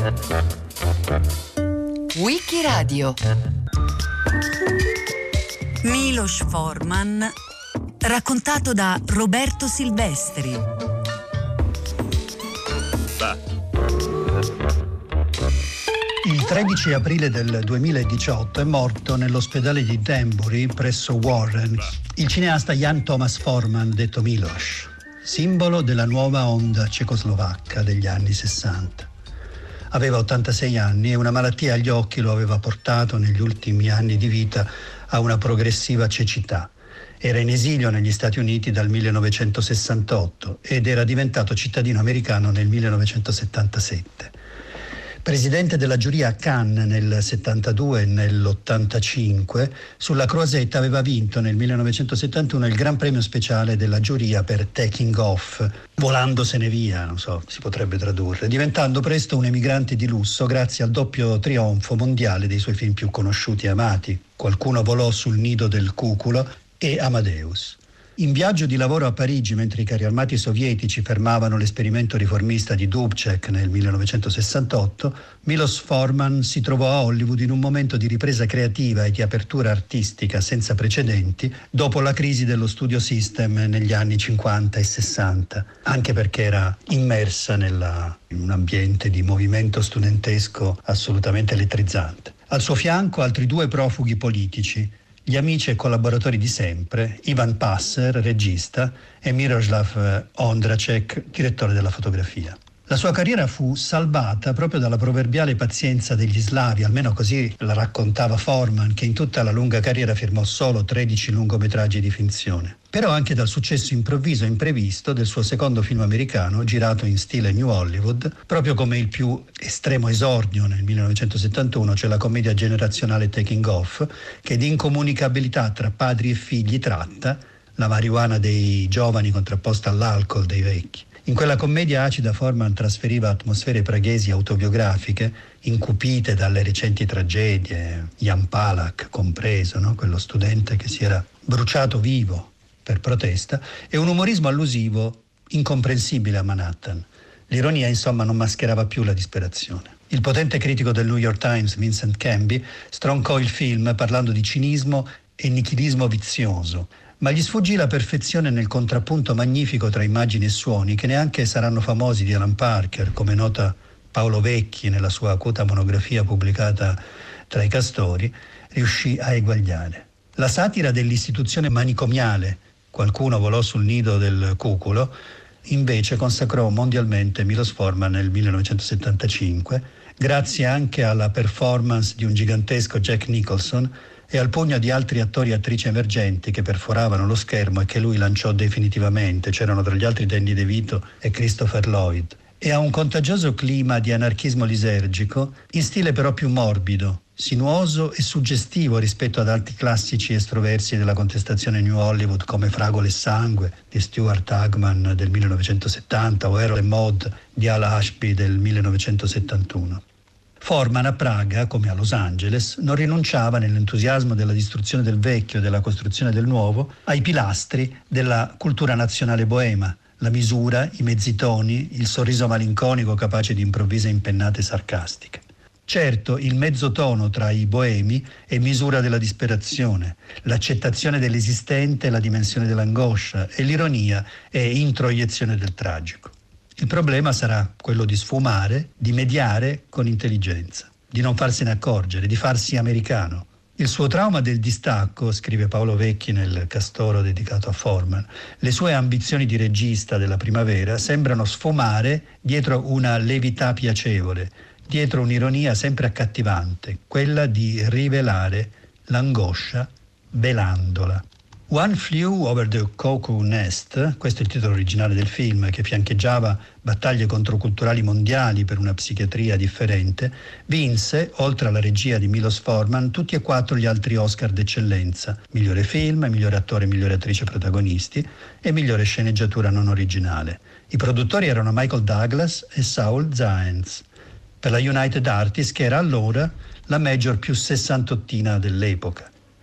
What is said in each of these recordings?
Wikiradio. Miloš Forman, raccontato da Roberto Silvestri. Il 13 aprile del 2018 è morto nell'ospedale di Danbury, presso Warren, il cineasta Jan Tomas Forman, detto Miloš, simbolo della nuova onda cecoslovacca degli anni 60. Aveva 86 anni e una malattia agli occhi lo aveva portato negli ultimi anni di vita a una progressiva cecità. Era in esilio negli Stati Uniti dal 1968 ed era diventato cittadino americano nel 1977. Presidente della giuria a Cannes nel 72 e nell'85, sulla Croisette aveva vinto nel 1971 il Gran Premio Speciale della giuria per Taking Off, volandosene via, non so, si potrebbe tradurre, diventando presto un emigrante di lusso grazie al doppio trionfo mondiale dei suoi film più conosciuti e amati, Qualcuno volò sul nido del cuculo e Amadeus. In viaggio di lavoro a Parigi, mentre i carri armati sovietici fermavano l'esperimento riformista di Dubček nel 1968, Miloš Forman si trovò a Hollywood in un momento di ripresa creativa e di apertura artistica senza precedenti dopo la crisi dello studio system negli anni 50 e 60, anche perché era immersa in un ambiente di movimento studentesco assolutamente elettrizzante. Al suo fianco altri due profughi politici, gli amici e collaboratori di sempre, Ivan Passer, regista, e Miroslav Ondracek, direttore della fotografia. La sua carriera fu salvata proprio dalla proverbiale pazienza degli slavi, almeno così la raccontava Forman, che in tutta la lunga carriera firmò solo 13 lungometraggi di finzione. Però anche dal successo improvviso e imprevisto del suo secondo film americano, girato in stile New Hollywood, proprio come il più estremo esordio nel 1971, cioè la commedia generazionale Taking Off, che di incomunicabilità tra padri e figli tratta, la marijuana dei giovani contrapposta all'alcol dei vecchi. In quella commedia acida Forman trasferiva atmosfere praghesi autobiografiche, incupite dalle recenti tragedie, Jan Palach compreso, no? Quello studente che si era bruciato vivo per protesta, e un umorismo allusivo incomprensibile a Manhattan. L'ironia, insomma, non mascherava più la disperazione. Il potente critico del New York Times, Vincent Canby, stroncò il film parlando di cinismo e nichilismo vizioso, ma gli sfuggì la perfezione nel contrappunto magnifico tra immagini e suoni che neanche saranno famosi di Alan Parker, come nota Paolo Vecchi nella sua acuta monografia pubblicata tra i castori, riuscì a eguagliare. La satira dell'istituzione manicomiale, Qualcuno volò sul nido del cuculo, invece consacrò mondialmente Miloš Forman nel 1975, grazie anche alla performance di un gigantesco Jack Nicholson e al pugno di altri attori e attrici emergenti che perforavano lo schermo e che lui lanciò definitivamente. C'erano tra gli altri Danny DeVito e Christopher Lloyd. E a un contagioso clima di anarchismo lisergico, in stile però più morbido, sinuoso e suggestivo rispetto ad altri classici estroversi della contestazione New Hollywood come Fragole e sangue di Stuart Hagman del 1970 o Harold e Maude di Al Ashby del 1971. Forman a Praga, come a Los Angeles, non rinunciava nell'entusiasmo della distruzione del vecchio e della costruzione del nuovo ai pilastri della cultura nazionale boema, la misura, i mezzi toni, il sorriso malinconico capace di improvvise impennate sarcastiche. Certo, il mezzo tono tra i boemi è misura della disperazione, l'accettazione dell'esistente è la dimensione dell'angoscia e l'ironia è introiezione del tragico. Il problema sarà quello di sfumare, di mediare con intelligenza, di non farsene accorgere, di farsi americano. Il suo trauma del distacco, scrive Paolo Vecchi nel castoro dedicato a Forman, le sue ambizioni di regista della primavera sembrano sfumare dietro una levità piacevole, dietro un'ironia sempre accattivante, quella di rivelare l'angoscia velandola. One Flew Over the Cuckoo Nest, questo è il titolo originale del film, che fiancheggiava battaglie controculturali mondiali per una psichiatria differente, vinse, oltre alla regia di Miloš Forman, tutti e 4 gli altri Oscar d'eccellenza: migliore film, migliore attore e migliore attrice protagonisti e migliore sceneggiatura non originale. I produttori erano Michael Douglas e Saul Zaentz, per la United Artists, che era allora la major più sessantottina dell'epoca.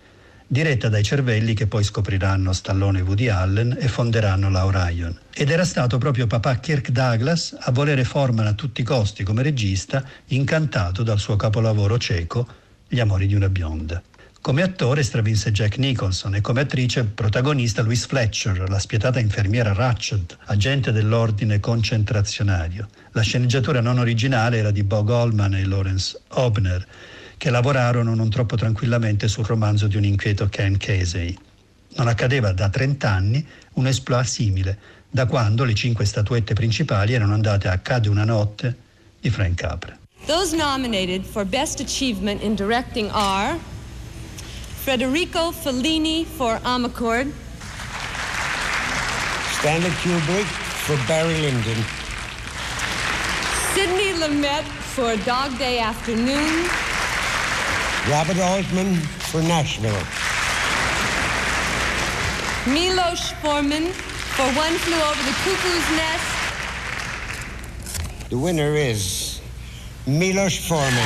diretta dai cervelli che poi scopriranno Stallone e Woody Allen e fonderanno la Orion. Ed era stato proprio papà Kirk Douglas a volere Foreman a tutti i costi come regista, incantato dal suo capolavoro cieco Gli amori di una bionda. Come attore stravinse Jack Nicholson e come attrice protagonista Louise Fletcher, la spietata infermiera Ratched, agente dell'ordine concentrazionario. La sceneggiatura non originale era di Bo Goldman e Lawrence Obner, che lavorarono non troppo tranquillamente sul romanzo di un inquieto Ken Casey. Non accadeva da 30 anni un exploit simile, da quando le 5 statuette principali erano andate a Cade una notte di Frank Capra. Those nominated for Best Achievement in Directing are Federico Fellini for Amarcord, Stanley Kubrick for Barry Lyndon, Sidney Lumet for Dog Day Afternoon, Robert Altman for Nashville, Milos Forman for One Flew Over the Cuckoo's Nest. The winner is Milos Forman.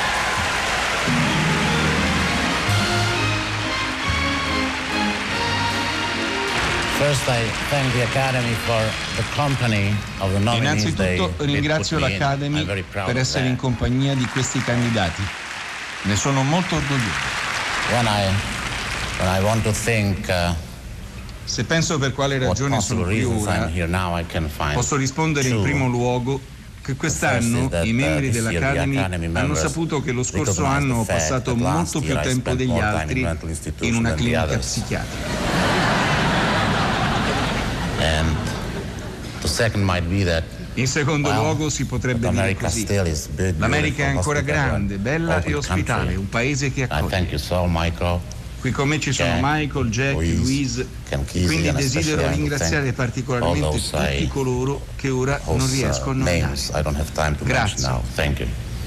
First, I thank the Academy for the company of the nominees. Innanzitutto ringrazio l'Academy per essere in compagnia di questi candidati. Ne sono molto orgoglioso. When I want to think, se penso per quale ragione sono qui ora, posso rispondere in primo luogo che quest'anno i membri dell'Academy hanno saputo che lo scorso anno ho passato molto più tempo degli altri in una clinica psichiatrica. In secondo luogo si potrebbe dire così: l'America è ancora grande, bella e ospitale, un paese che accoglie. Qui con me ci sono Michael, Jack, Louise, quindi desidero ringraziare particolarmente tutti coloro che ora non riesco a nominare. Grazie.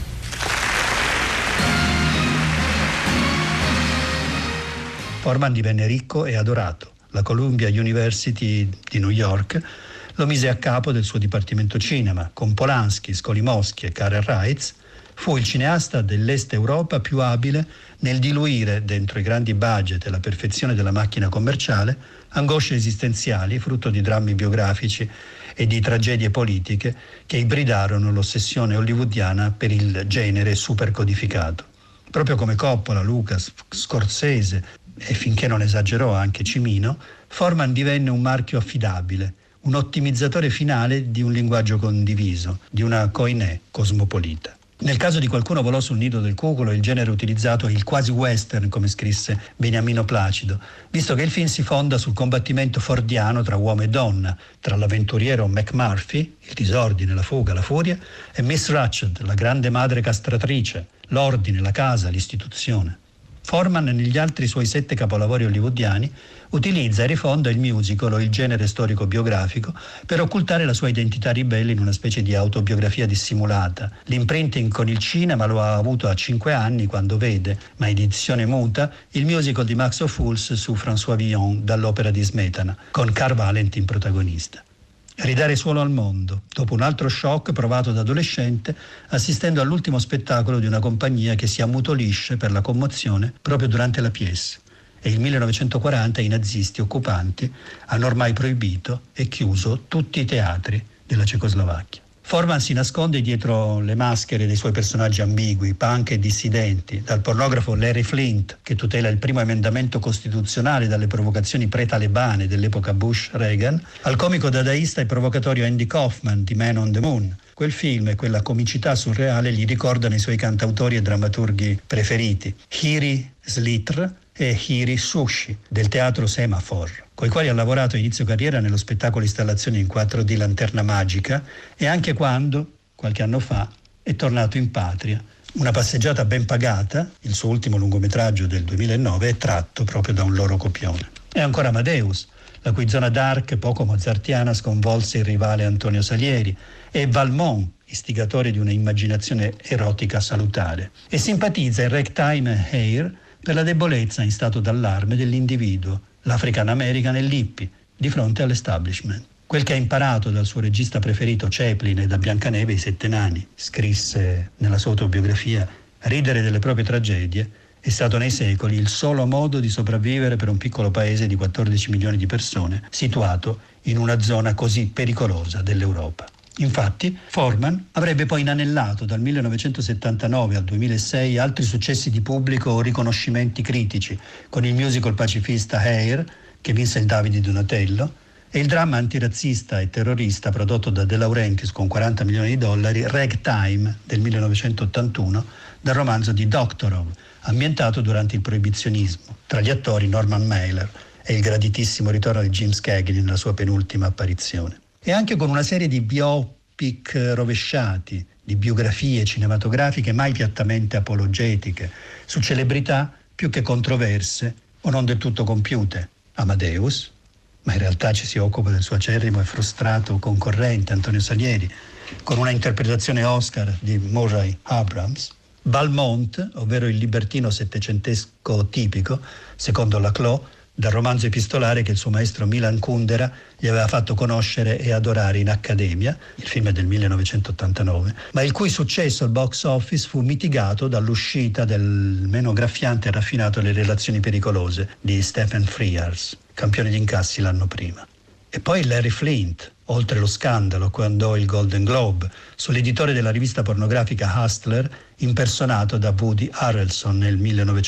Foreman divenne ricco e adorato. La Columbia University di New York lo mise a capo del suo dipartimento cinema. Con Polanski, Skolimowski e Karel Reitz fu il cineasta dell'Est Europa più abile nel diluire dentro i grandi budget e la perfezione della macchina commerciale angosce esistenziali, frutto di drammi biografici e di tragedie politiche che ibridarono l'ossessione hollywoodiana per il genere supercodificato. Proprio come Coppola, Lucas, Scorsese e, finché non esagerò, anche Cimino, Foreman divenne un marchio affidabile, un ottimizzatore finale di un linguaggio condiviso, di una koiné cosmopolita. Nel caso di Qualcuno volò sul nido del cuculo, il genere utilizzato è il quasi western, come scrisse Beniamino Placido, visto che il film si fonda sul combattimento fordiano tra uomo e donna, tra l'avventuriero McMurphy, il disordine, la fuga, la furia, e Miss Ratched, la grande madre castratrice, l'ordine, la casa, l'istituzione. Foreman, negli altri suoi 7 capolavori hollywoodiani, utilizza e rifonda il musical o il genere storico-biografico per occultare la sua identità ribelle in una specie di autobiografia dissimulata. L'imprinting con il cinema lo ha avuto a 5 anni quando vede, ma in edizione muta, il musical di Max Ophuls su François Villon dall'opera di Smetana, con Carl Valentin protagonista. Ridare suolo al mondo, dopo un altro shock provato da adolescente, assistendo all'ultimo spettacolo di una compagnia che si ammutolisce per la commozione proprio durante la pièce. E il 1940 i nazisti occupanti hanno ormai proibito e chiuso tutti i teatri della Cecoslovacchia. Foreman si nasconde dietro le maschere dei suoi personaggi ambigui, punk e dissidenti, dal pornografo Larry Flint, che tutela il primo emendamento costituzionale dalle provocazioni pre-talebane dell'epoca Bush-Reagan, al comico dadaista e provocatorio Andy Kaufman di Man on the Moon. Quel film e quella comicità surreale gli ricordano i suoi cantautori e drammaturghi preferiti, Hiri Slitr e Hiri Sushi, del teatro Semaphore, coi quali ha lavorato a inizio carriera nello spettacolo installazione in 4D Lanterna Magica e anche quando, qualche anno fa, è tornato in patria. Una passeggiata ben pagata, il suo ultimo lungometraggio del 2009, è tratto proprio da un loro copione. E ancora Amadeus, la cui zona dark poco mozartiana sconvolse il rivale Antonio Salieri, e Valmont, istigatore di una immaginazione erotica salutare. E simpatizza in Ragtime e Hair per la debolezza in stato d'allarme dell'individuo, l'African American e l'hippie, di fronte all'establishment. Quel che ha imparato dal suo regista preferito Chaplin e da Biancaneve e i 7 nani, scrisse nella sua autobiografia, ridere delle proprie tragedie è stato nei secoli il solo modo di sopravvivere per un piccolo paese di 14 milioni di persone situato in una zona così pericolosa dell'Europa. Infatti, Foreman avrebbe poi inanellato dal 1979 al 2006 altri successi di pubblico o riconoscimenti critici, con il musical pacifista Hair, che vinse il David di Donatello, e il dramma antirazzista e terrorista prodotto da De Laurentiis con $40 milioni, Ragtime, del 1981, dal romanzo di Doktorov, ambientato durante il proibizionismo, tra gli attori Norman Mailer e il graditissimo ritorno di James Cagney nella sua penultima apparizione. E anche con una serie di biopic rovesciati, di biografie cinematografiche mai piattamente apologetiche, su celebrità più che controverse o non del tutto compiute. Amadeus, ma in realtà ci si occupa del suo acerrimo e frustrato concorrente Antonio Salieri, con una interpretazione Oscar di Murray Abrams. Balmont, ovvero il libertino settecentesco tipico, secondo Laclau, dal romanzo epistolare che il suo maestro Milan Kundera gli aveva fatto conoscere e adorare in Accademia, il film è del 1989, ma il cui successo al box office fu mitigato dall'uscita del meno graffiante e raffinato Le relazioni pericolose di Stephen Frears, campione di incassi l'anno prima. E poi Larry Flint, oltre lo scandalo quando il Golden Globe, sull'editore della rivista pornografica Hustler, impersonato da Woody Harrelson nel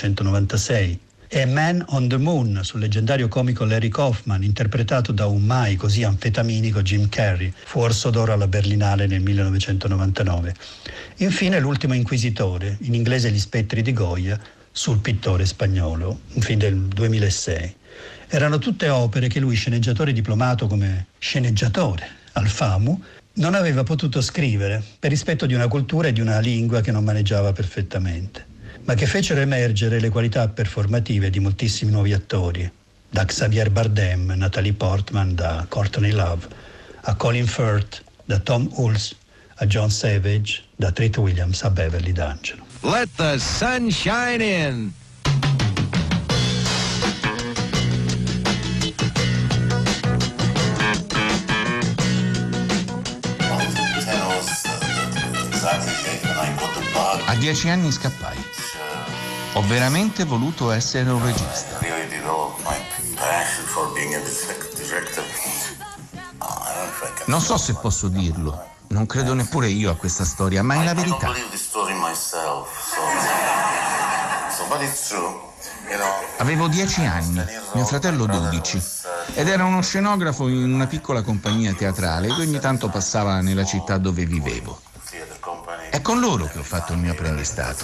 1996, e Man on the Moon sul leggendario comico Larry Kaufman, interpretato da un mai così anfetaminico Jim Carrey, fu Orso d'Oro alla Berlinale nel 1999. Infine L'ultimo inquisitore, in inglese Gli spettri di Goya, sul pittore spagnolo, un film del 2006. Erano tutte opere che lui, sceneggiatore diplomato come sceneggiatore al FAMU, non aveva potuto scrivere per rispetto di una cultura e di una lingua che non maneggiava perfettamente, ma che fecero emergere le qualità performative di moltissimi nuovi attori, da Xavier Bardem, Natalie Portman, da Courtney Love, a Colin Firth, da Tom Hulce, a John Savage, da Treat Williams a Beverly D'Angelo. Let the sun shine in! A 10 anni scappai. Ho veramente voluto essere un regista. Non so se posso dirlo, non credo neppure io a questa storia, ma è la verità. Avevo 10 anni, mio fratello 12, ed era uno scenografo in una piccola compagnia teatrale che ogni tanto passava nella città dove vivevo. È con loro che ho fatto il mio apprendistato.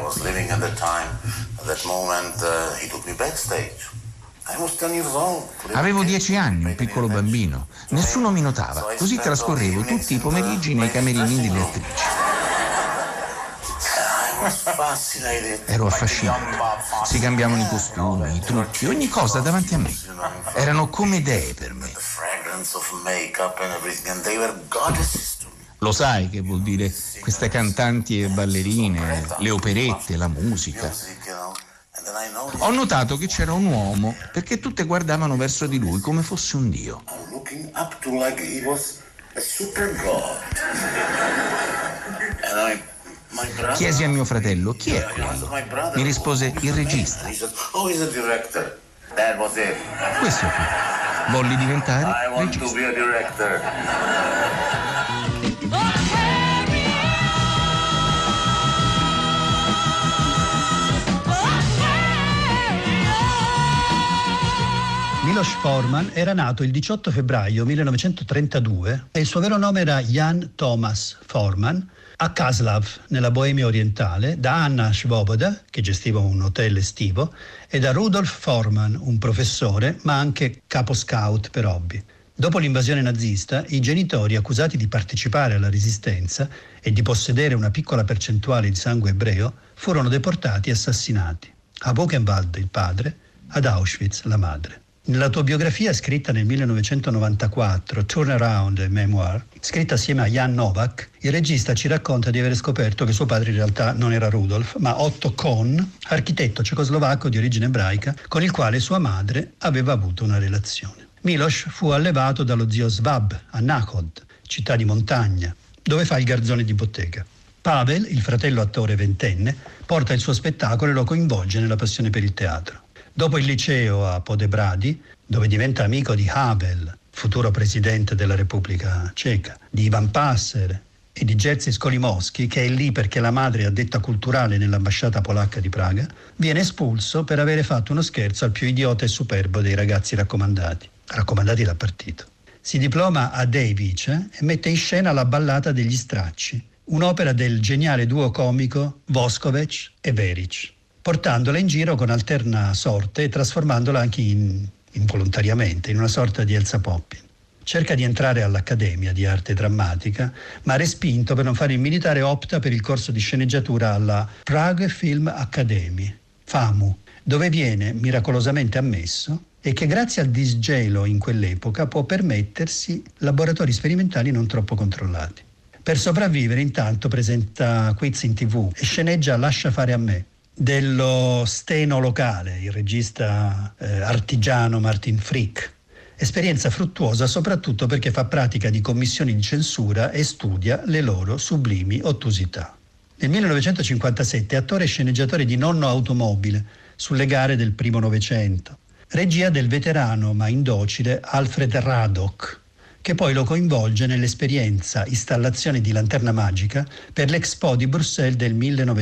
Avevo 10 anni, un piccolo bambino. Nessuno mi notava, così trascorrevo tutti i pomeriggi nei camerini delle attrici. Ero affascinato. Si cambiavano i costumi, i trucchi, ogni cosa davanti a me. Erano come dee per me. Lo sai che vuol dire queste cantanti e ballerine, le operette, la musica. Ho notato che c'era un uomo perché tutte guardavano verso di lui come fosse un dio. Chiesi a mio fratello, chi è quello? Mi rispose, il regista. Questo fu. Volli diventare regista. Miloš Forman era nato il 18 febbraio 1932 e il suo vero nome era Jan Tomas Forman, a Kaslav, nella Boemia orientale, da Anna Svoboda, che gestiva un hotel estivo, e da Rudolf Forman, un professore, ma anche capo scout per hobby. Dopo l'invasione nazista, i genitori, accusati di partecipare alla resistenza e di possedere una piccola percentuale di sangue ebreo, furono deportati e assassinati. A Buchenwald il padre, ad Auschwitz la madre. Nella tua biografia scritta nel 1994, Turnaround a Memoir, scritta assieme a Jan Novak, il regista ci racconta di aver scoperto che suo padre in realtà non era Rudolf, ma Otto Kohn, architetto cecoslovacco di origine ebraica, con il quale sua madre aveva avuto una relazione. Miloš fu allevato dallo zio Svab a Náchod, città di montagna, dove fa il garzone di bottega. Pavel, il fratello attore ventenne, porta il suo spettacolo e lo coinvolge nella passione per il teatro. Dopo il liceo a Podebrady, dove diventa amico di Havel, futuro presidente della Repubblica Ceca, di Ivan Passer e di Jerzy Skolimowski, che è lì perché la madre è addetta culturale nell'ambasciata polacca di Praga, viene espulso per avere fatto uno scherzo al più idiota e superbo dei ragazzi raccomandati dal partito. Si diploma a Dejvice e mette in scena La ballata degli stracci, un'opera del geniale duo comico Voskovec e Veric, portandola in giro con alterna sorte e trasformandola anche involontariamente in una sorta di Elsa Poppin. Cerca di entrare all'Accademia di Arte Drammatica, ma respinto per non fare il militare opta per il corso di sceneggiatura alla Prague Film Academy, FAMU, dove viene miracolosamente ammesso e che grazie al disgelo in quell'epoca può permettersi laboratori sperimentali non troppo controllati. Per sopravvivere intanto presenta quiz in TV e sceneggia Lascia fare a me, dello Steno locale, il regista artigiano Martin Frick. Esperienza fruttuosa soprattutto perché fa pratica di commissioni di censura e studia le loro sublimi ottusità. Nel 1957 è attore e sceneggiatore di Nonno Automobile, sulle gare del primo Novecento. Regia del veterano ma indocile Alfred Radok, che poi lo coinvolge nell'esperienza installazione di Lanterna Magica per l'Expo di Bruxelles del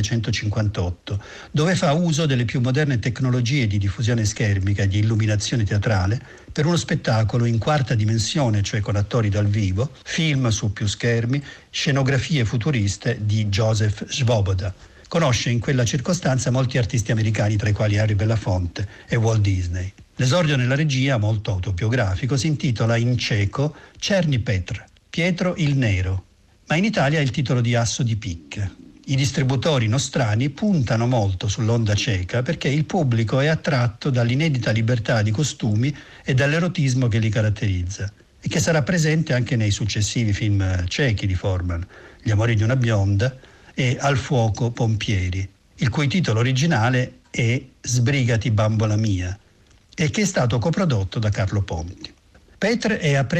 1958, dove fa uso delle più moderne tecnologie di diffusione schermica e di illuminazione teatrale per uno spettacolo in quarta dimensione, cioè con attori dal vivo, film su più schermi, scenografie futuriste di Joseph Svoboda. Conosce in quella circostanza molti artisti americani, tra i quali Harry Belafonte e Walt Disney. L'esordio nella regia, molto autobiografico, si intitola in ceco Černý Petr, Pietro il Nero, ma in Italia è il titolo di Asso di picche. I distributori nostrani puntano molto sull'onda ceca perché il pubblico è attratto dall'inedita libertà di costumi e dall'erotismo che li caratterizza e che sarà presente anche nei successivi film cechi di Forman, Gli amori di una bionda e Al fuoco Pompieri, il cui titolo originale è Sbrigati bambola mia, e che è stato coprodotto da Carlo Ponti. Petr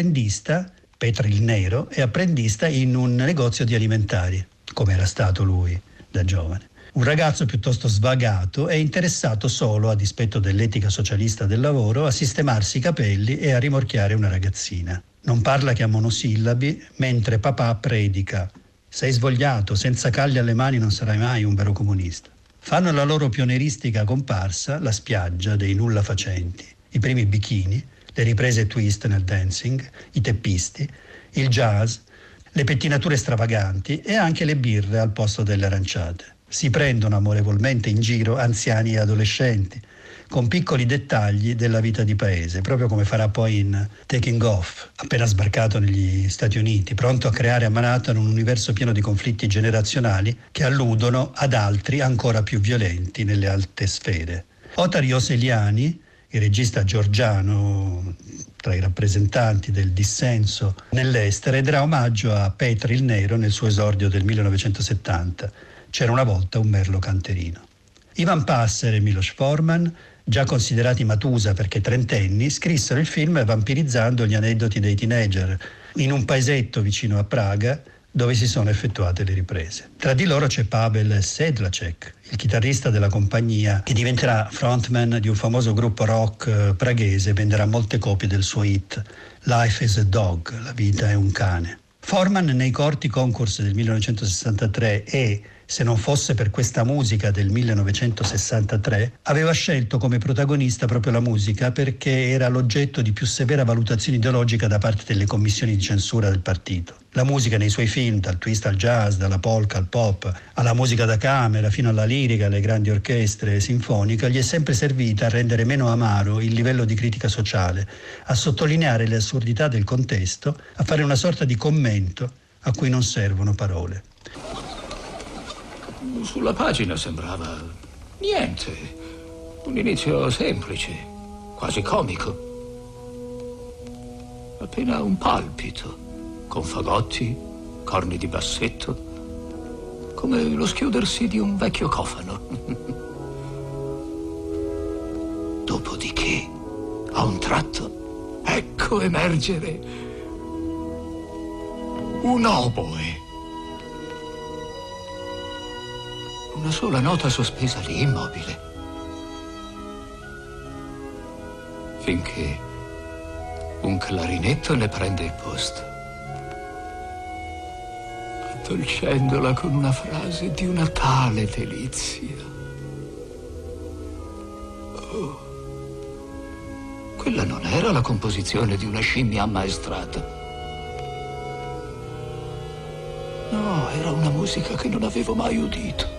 il Nero, è apprendista in un negozio di alimentari, come era stato lui da giovane. Un ragazzo piuttosto svagato è interessato solo, a dispetto dell'etica socialista del lavoro, a sistemarsi i capelli e a rimorchiare una ragazzina. Non parla che a monosillabi, mentre papà predica: sei svogliato, senza caglie alle mani non sarai mai un vero comunista. Fanno la loro pionieristica comparsa la spiaggia dei nulla facenti, i primi bikini, le riprese twist nel dancing, i teppisti, il jazz, le pettinature stravaganti e anche le birre al posto delle aranciate. Si prendono amorevolmente in giro anziani e adolescenti, con piccoli dettagli della vita di paese, proprio come farà poi in Taking Off, appena sbarcato negli Stati Uniti, pronto a creare a Manhattan un universo pieno di conflitti generazionali che alludono ad altri ancora più violenti nelle alte sfere. Otar Joseliani, il regista georgiano tra i rappresentanti del dissenso nell'estere, darà omaggio a Petr il Nero nel suo esordio del 1970. C'era una volta un merlo canterino. Ivan Passer e Milos Forman, già considerati Matusa perché trentenni, scrissero il film vampirizzando gli aneddoti dei teenager in un paesetto vicino a Praga dove si sono effettuate le riprese. Tra di loro c'è Pavel Sedlacek, il chitarrista della compagnia che diventerà frontman di un famoso gruppo rock praghese e venderà molte copie del suo hit Life is a Dog, la vita è un cane. Forman nei corti concours del 1963 e, se non fosse per questa musica del 1963, aveva scelto come protagonista proprio la musica perché era l'oggetto di più severa valutazione ideologica da parte delle commissioni di censura del partito. La musica nei suoi film, dal twist al jazz, dalla polka al pop, alla musica da camera, fino alla lirica, alle grandi orchestre sinfoniche, gli è sempre servita a rendere meno amaro il livello di critica sociale, a sottolineare le assurdità del contesto, a fare una sorta di commento a cui non servono parole. Sulla pagina sembrava niente, un inizio semplice, quasi comico. Appena un palpito, con fagotti, corni di bassetto, come lo schiudersi di un vecchio cofano. Dopodiché, a un tratto, ecco emergere un oboe. una sola nota sospesa lì, immobile. Finché un clarinetto ne prende il posto, addolcendola con una frase di una tale delizia. Oh, quella non era la composizione di una scimmia ammaestrata. No, era una musica che non avevo mai udito.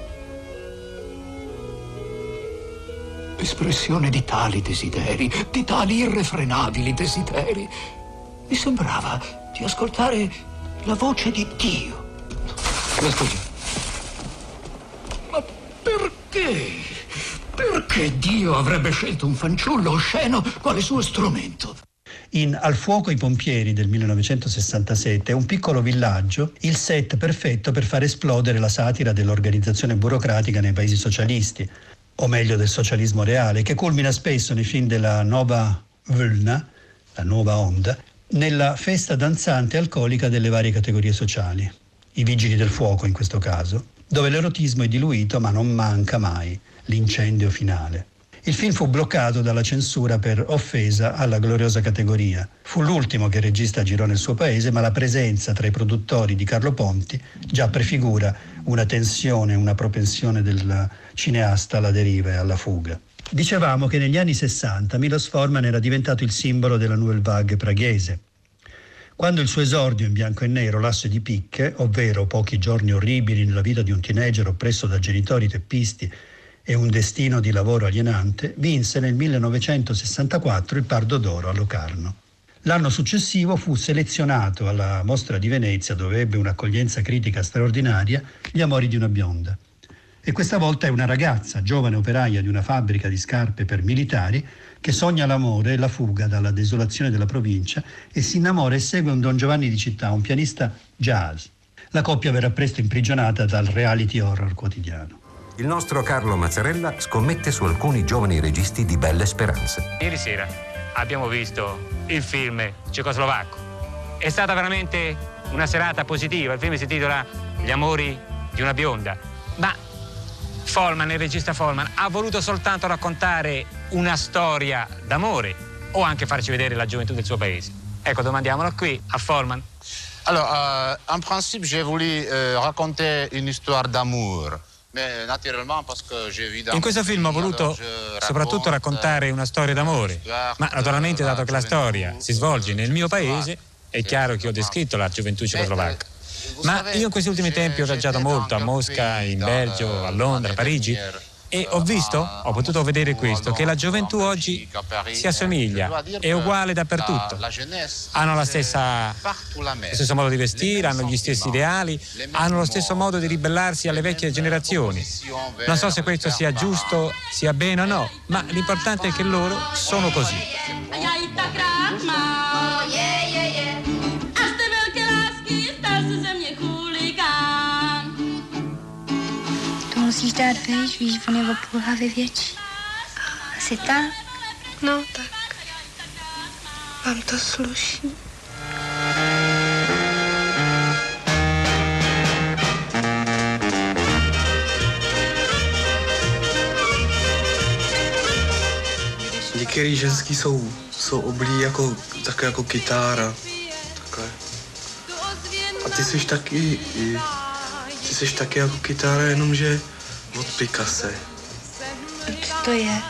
Espressione di tali desideri, di tali irrefrenabili desideri. Mi sembrava di ascoltare la voce di Dio. Ma scusi, ma perché? Perché Dio avrebbe scelto un fanciullo osceno quale suo strumento? In Al fuoco i pompieri del 1967 è un piccolo villaggio, il set perfetto per far esplodere la satira dell'organizzazione burocratica nei paesi socialisti, o meglio del socialismo reale, che culmina spesso nei film della Nova Vlna, la nuova onda, nella festa danzante e alcolica delle varie categorie sociali, i vigili del fuoco in questo caso, dove l'erotismo è diluito ma non manca mai l'incendio finale. Il film fu bloccato dalla censura per offesa alla gloriosa categoria. Fu l'ultimo che il regista girò nel suo paese, ma la presenza tra i produttori di Carlo Ponti già prefigura una tensione, una propensione del cineasta alla deriva e alla fuga. Dicevamo che negli anni 60 Milos Forman era diventato il simbolo della Nouvelle Vague praghese. Quando il suo esordio in bianco e nero, L'asse di picche, ovvero Pochi giorni orribili nella vita di un teenager oppresso da genitori teppisti e un destino di lavoro alienante, vinse nel 1964 il Pardo d'Oro a Locarno. L'anno successivo fu selezionato alla Mostra di Venezia, dove ebbe un'accoglienza critica straordinaria, Gli amori di una bionda. E questa volta è una ragazza, giovane operaia di una fabbrica di scarpe per militari, che sogna l'amore e la fuga dalla desolazione della provincia e si innamora e segue un Don Giovanni di città, un pianista jazz. La coppia verrà presto imprigionata dal reality horror quotidiano. Il nostro Carlo Mazzarella scommette su alcuni giovani registi di belle speranze. Ieri sera abbiamo visto il film cecoslovacco. È stata veramente una serata positiva. Il film si intitola Gli amori di una bionda. Ma Forman, il regista Forman, ha voluto soltanto raccontare una storia d'amore o anche farci vedere la gioventù del suo paese? Ecco, domandiamolo qui a Forman. Alors, en principe, j'ai voulu raconter une histoire d'amour. In questo film ho voluto soprattutto raccontare una storia d'amore, ma naturalmente, dato che la storia si svolge nel mio paese, è chiaro che ho descritto la gioventù cecoslovacca. Ma io in questi ultimi tempi ho viaggiato molto a Mosca, in Belgio, a Londra, a Parigi, e ho potuto vedere questo, che la gioventù oggi si assomiglia, è uguale dappertutto. Hanno lo stesso modo di vestire, hanno gli stessi ideali, hanno lo stesso modo di ribellarsi alle vecchie generazioni. Non so se questo sia giusto, sia bene o no, ma l'importante è che loro sono così. Musíš dát vejš, víš, on je o půl hlavy větší. Asi tak? No, tak. Vám to sluší. Některý ženský jsou oblí takové jako kytára. Takhle. A ty jsi taky jako kytára, jenomže od Picasso. Co to je?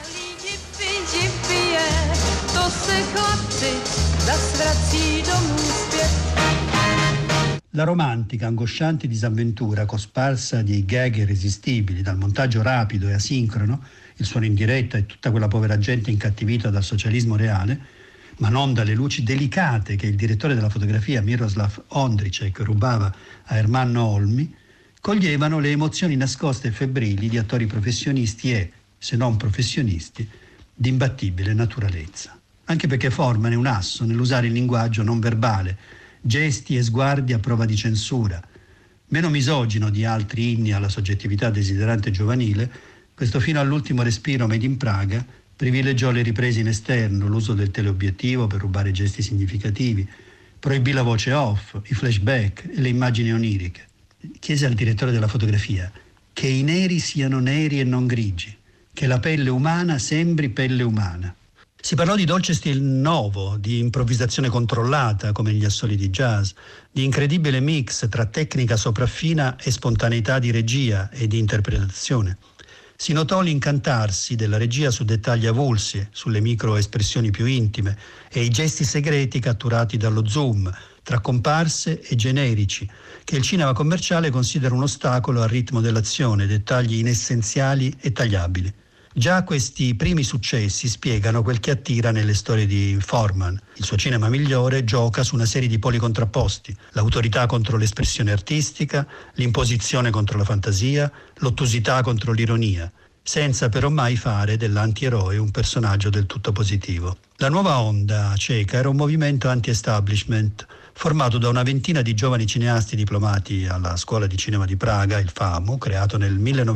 To se chlapci zas vrací domů zpět. La romantica, angosciante disavventura cosparsa di gag irresistibili, dal montaggio rapido e asincrono, il suono in diretta e tutta quella povera gente incattivita dal socialismo reale, ma non dalle luci delicate che il direttore della fotografia Miroslav Ondřiček rubava a Ermanno Olmi, coglievano le emozioni nascoste e febbrili di attori professionisti e, se non professionisti, di imbattibile naturalezza. Anche perché Forman è un asso nell'usare il linguaggio non verbale, gesti e sguardi a prova di censura. Meno misogino di altri inni alla soggettività desiderante giovanile, questo fino all'ultimo respiro made in Praga privilegiò le riprese in esterno, l'uso del teleobiettivo per rubare gesti significativi, proibì la voce off, i flashback e le immagini oniriche. Chiese al direttore della fotografia: che i neri siano neri e non grigi, che la pelle umana sembri pelle umana. Si parlò di dolce stil nuovo, di improvvisazione controllata come negli assoli di jazz, di incredibile mix tra tecnica sopraffina e spontaneità di regia e di interpretazione. Si notò l'incantarsi della regia su dettagli avulsi, sulle microespressioni più intime e i gesti segreti catturati dallo zoom, tra comparse e generici, che il cinema commerciale considera un ostacolo al ritmo dell'azione, dettagli inessenziali e tagliabili. Già questi primi successi spiegano quel che attira nelle storie di Foreman. Il suo cinema migliore gioca su una serie di poli contrapposti: l'autorità contro l'espressione artistica, l'imposizione contro la fantasia, l'ottusità contro l'ironia, senza però mai fare dell'antieroe un personaggio del tutto positivo. La nuova onda ceca era un movimento anti-establishment formato da una ventina di giovani cineasti diplomati alla Scuola di Cinema di Praga, il FAMU, creato nel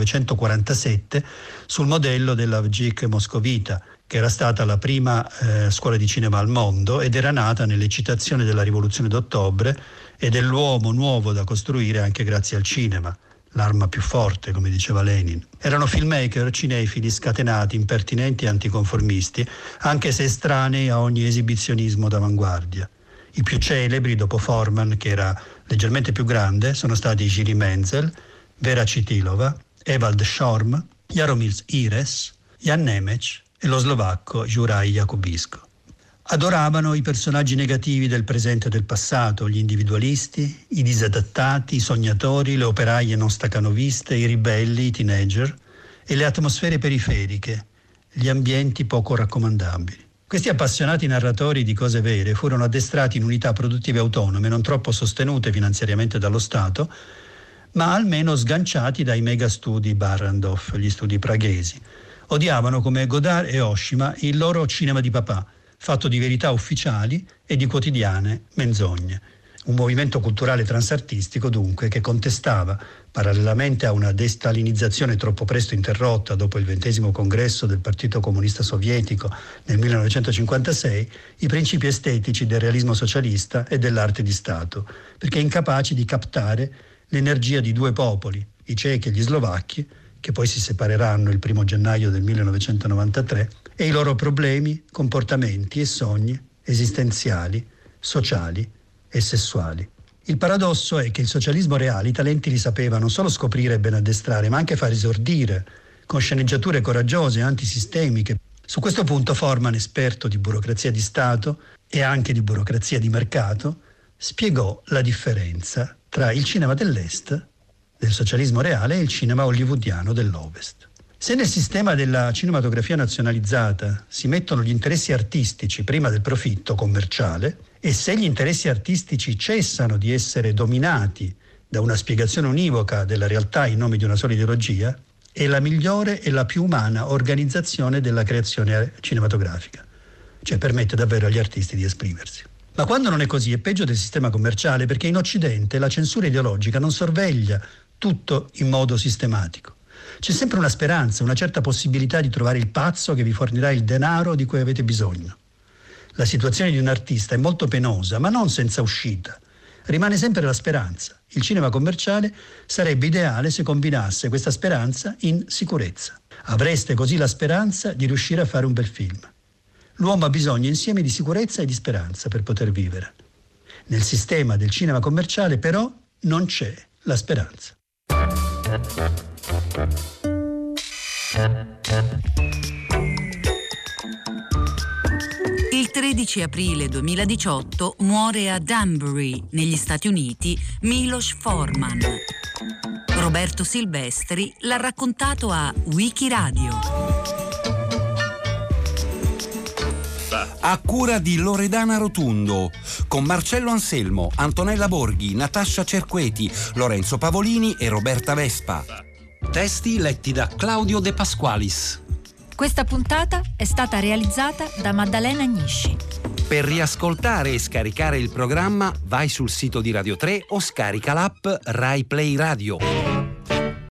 1947 sul modello della Vždyť Moscovita, che era stata la prima scuola di cinema al mondo ed era nata nell'eccitazione della rivoluzione d'ottobre e dell'uomo nuovo da costruire anche grazie al cinema, l'arma più forte, come diceva Lenin. Erano filmmaker cinefili scatenati, impertinenti e anticonformisti, anche se estranei a ogni esibizionismo d'avanguardia. I più celebri, dopo Foreman, che era leggermente più grande, sono stati Jiří Menzel, Vera Chytilova, Ewald Schorm, Jaromír Ires, Jan Nemec e lo slovacco Juraj Jakubisko. Adoravano i personaggi negativi del presente e del passato, gli individualisti, i disadattati, i sognatori, le operaie non staccanoviste, i ribelli, i teenager e le atmosfere periferiche, gli ambienti poco raccomandabili. Questi appassionati narratori di cose vere furono addestrati in unità produttive autonome, non troppo sostenute finanziariamente dallo Stato, ma almeno sganciati dai mega studi Barrandov, gli studi praghesi. Odiavano come Godard e Oshima il loro cinema di papà, fatto di verità ufficiali e di quotidiane menzogne. Un movimento culturale transartistico, dunque, che contestava, parallelamente a una destalinizzazione troppo presto interrotta dopo il 20° congresso del Partito Comunista Sovietico nel 1956, i principi estetici del realismo socialista e dell'arte di Stato, perché incapaci di captare l'energia di due popoli, i cechi e gli slovacchi, che poi si separeranno il 1 gennaio del 1993, e i loro problemi, comportamenti e sogni esistenziali, sociali e sessuali. Il paradosso è che il socialismo reale i talenti li sapeva non solo scoprire e ben addestrare, ma anche far esordire con sceneggiature coraggiose e antisistemiche. Su questo punto Foreman, esperto di burocrazia di Stato e anche di burocrazia di mercato, spiegò la differenza tra il cinema dell'Est, del socialismo reale, e il cinema hollywoodiano dell'Ovest. Se nel sistema della cinematografia nazionalizzata si mettono gli interessi artistici prima del profitto commerciale, e se gli interessi artistici cessano di essere dominati da una spiegazione univoca della realtà in nome di una sola ideologia, è la migliore e la più umana organizzazione della creazione cinematografica, cioè permette davvero agli artisti di esprimersi. Ma quando non è così è peggio del sistema commerciale, perché in Occidente la censura ideologica non sorveglia tutto in modo sistematico. C'è sempre una speranza, una certa possibilità di trovare il pazzo che vi fornirà il denaro di cui avete bisogno. La situazione di un artista è molto penosa, ma non senza uscita. Rimane sempre la speranza. Il cinema commerciale sarebbe ideale se combinasse questa speranza in sicurezza. Avreste così la speranza di riuscire a fare un bel film. L'uomo ha bisogno insieme di sicurezza e di speranza per poter vivere. Nel sistema del cinema commerciale, però, non c'è la speranza. Il 13 aprile 2018 muore a Danbury, negli Stati Uniti, Miloš Forman. Roberto Silvestri l'ha raccontato a Wikiradio. A cura di Loredana Rotundo, con Marcello Anselmo, Antonella Borghi, Natascia Cerqueti, Lorenzo Pavolini e Roberta Vespa. Testi letti da Claudio De Pasqualis. Questa puntata è stata realizzata da Maddalena Agnisci. Per riascoltare e scaricare il programma vai sul sito di Radio 3 o scarica l'app Rai Play Radio.